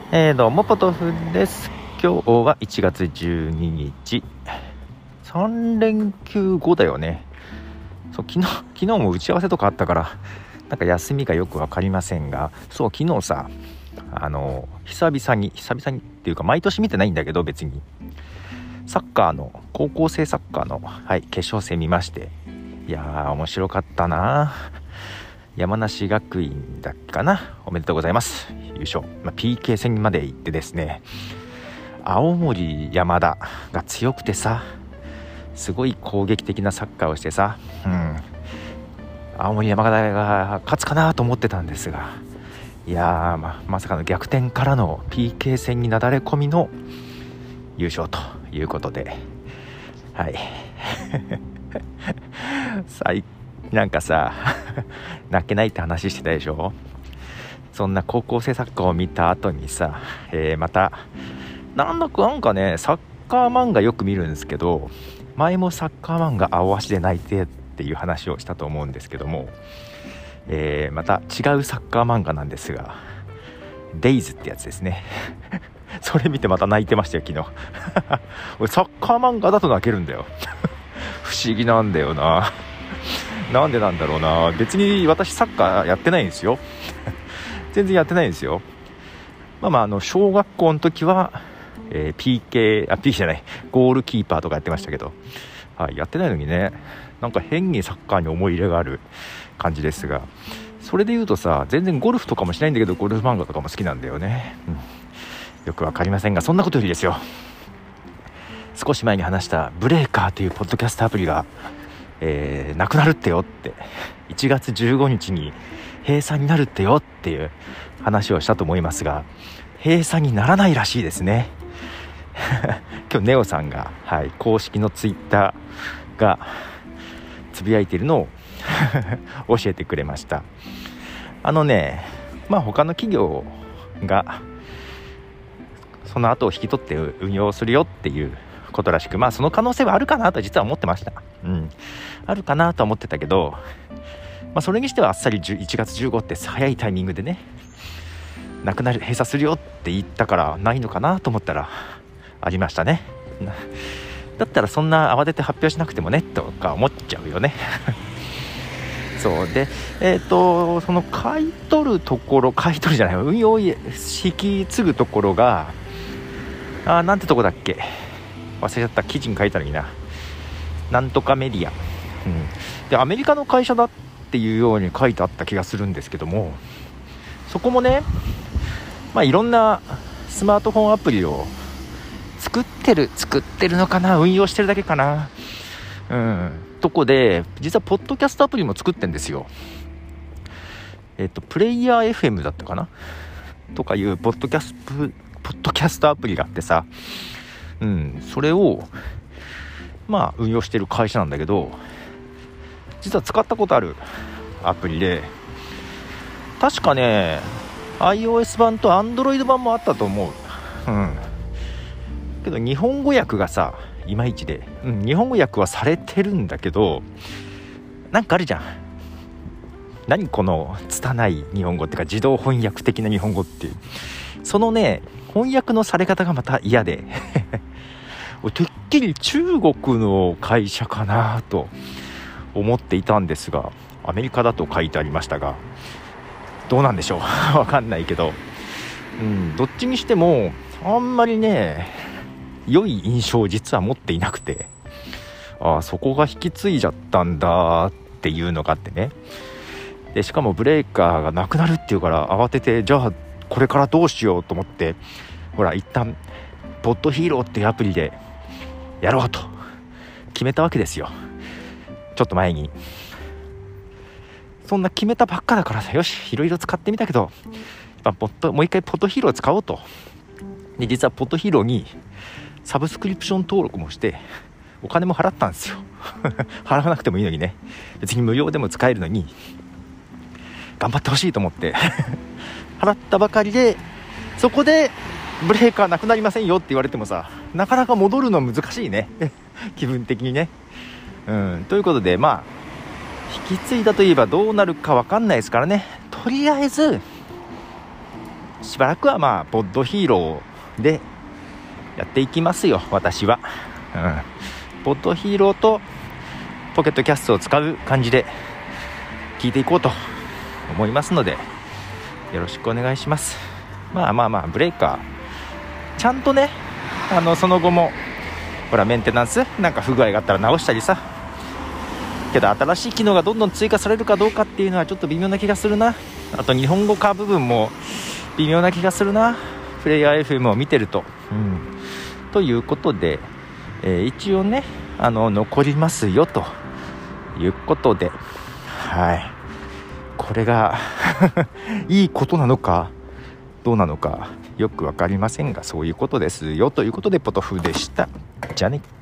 どうもポトフです。今日は1月12日、3連休後だよね。そう、昨日も打ち合わせとかあったからなんか休みがよく分かりませんが、そう昨日さ、久々にっていうか毎年見てないんだけど、別にサッカーの高校生サッカーの、決勝戦見まして、いやー面白かったな。山梨学院だっけかな、おめでとうございます、優勝。PK 戦まで行ってですね、青森山田が強くてさ、すごい攻撃的なサッカーをしてさ、青森山田が勝つかなと思ってたんですが、いやー、まさかの逆転からの PK 戦になだれ込みの優勝ということで、なんかさ泣けないって話してたでしょ。そんな高校生サッカーを見た後にさ、またなんかね、サッカー漫画よく見るんですけど、前もサッカー漫画青足で泣いてっていう話をしたと思うんですけども、また違うサッカー漫画なんですが、デイズってやつですねそれ見てまた泣いてましたよ、昨日俺サッカー漫画だと泣けるんだよ不思議なんだよななんでなんだろうな。別に私サッカーやってないんですよ全然やってないんですよ。小学校の時は、PK じゃない、ゴールキーパーとかやってましたけど、やってないのにね、なんか変にサッカーに思い入れがある感じですが、それで言うとさ、全然ゴルフとかもしないんだけど、ゴルフ漫画とかも好きなんだよね、よくわかりませんが、そんなことよりですよ、少し前に話したブレーカーというポッドキャストアプリが、なくなるってよって、1月15日に閉鎖になるってよっていう話をしたと思いますが、閉鎖にならないらしいですね今日ネオさんが、公式のツイッターがつぶやいているのを教えてくれました。他の企業がその後を引き取って運用するよっていうことらしく、その可能性はあるかなと実は思ってました。あるかなと思ってたけど、それにしてはあっさり1月15って早いタイミングでね、なくなる、閉鎖するよって言ったからないのかなと思ったらありましたね。だったらそんな慌てて発表しなくてもねとか思っちゃうよねそうで、その買い取るじゃない、運用を引き継ぐところがなんてとこだっけ、忘れちゃった。記事に書いたのにな、なんとかメディア、でアメリカの会社だっていうように書いてあった気がするんですけども、そこもね、いろんなスマートフォンアプリを作ってるのかな、運用してるだけかな、とこで、実はポッドキャストアプリも作ってんですよ。プレイヤー FM だったかなとかいうポッドキャストアプリがあってさ、それを運用してる会社なんだけど、実は使ったことあるアプリで、確かね iOS 版と Android 版もあったと思う。けど日本語訳がさいまいちで、日本語訳はされてるんだけど、なんかあるじゃん、何この拙い日本語っていうか、自動翻訳的な日本語っていう、そのね翻訳のされ方がまた嫌でてっきり中国の会社かなと思っていたんですが、アメリカだと書いてありましたが、どうなんでしょうわかんないけど、どっちにしてもあんまりね良い印象を実は持っていなくて、そこが引き継いじゃったんだっていうのがあってね。でしかもブレーカーがなくなるっていうから、慌ててじゃあこれからどうしようと思って、一旦ポッドヒーローっていうアプリでやろうと決めたわけですよ。ちょっと前にそんな決めたばっかだからさ、よしいろいろ使ってみたけど、もう一回ポッドヒーローを使おうと。で実はポッドヒーローにサブスクリプション登録もしてお金も払ったんですよ払わなくてもいいのにね、別に無料でも使えるのに頑張ってほしいと思って払ったばかりで、そこでブレーカーなくなりませんよって言われてもさ、なかなか戻るの難しいね気分的にね。ということで引き継いだといえばどうなるか分かんないですからね。とりあえずしばらくはまあポッドヒーローでやっていきますよ、私は。ポッドヒーローとポケットキャストを使う感じで聞いていこうと思いますので、よろしくお願いします。まあブレーカーちゃんとね、その後もほらメンテナンスなんか不具合があったら直したりさ、けど新しい機能がどんどん追加されるかどうかっていうのはちょっと微妙な気がするな。あと日本語化部分も微妙な気がするな、プレイヤー FM を見てると。ということで、一応ね残りますよということで、これがいいことなのかどうなのかよく分かりませんが、そういうことですよということでポトフでした。じゃあね。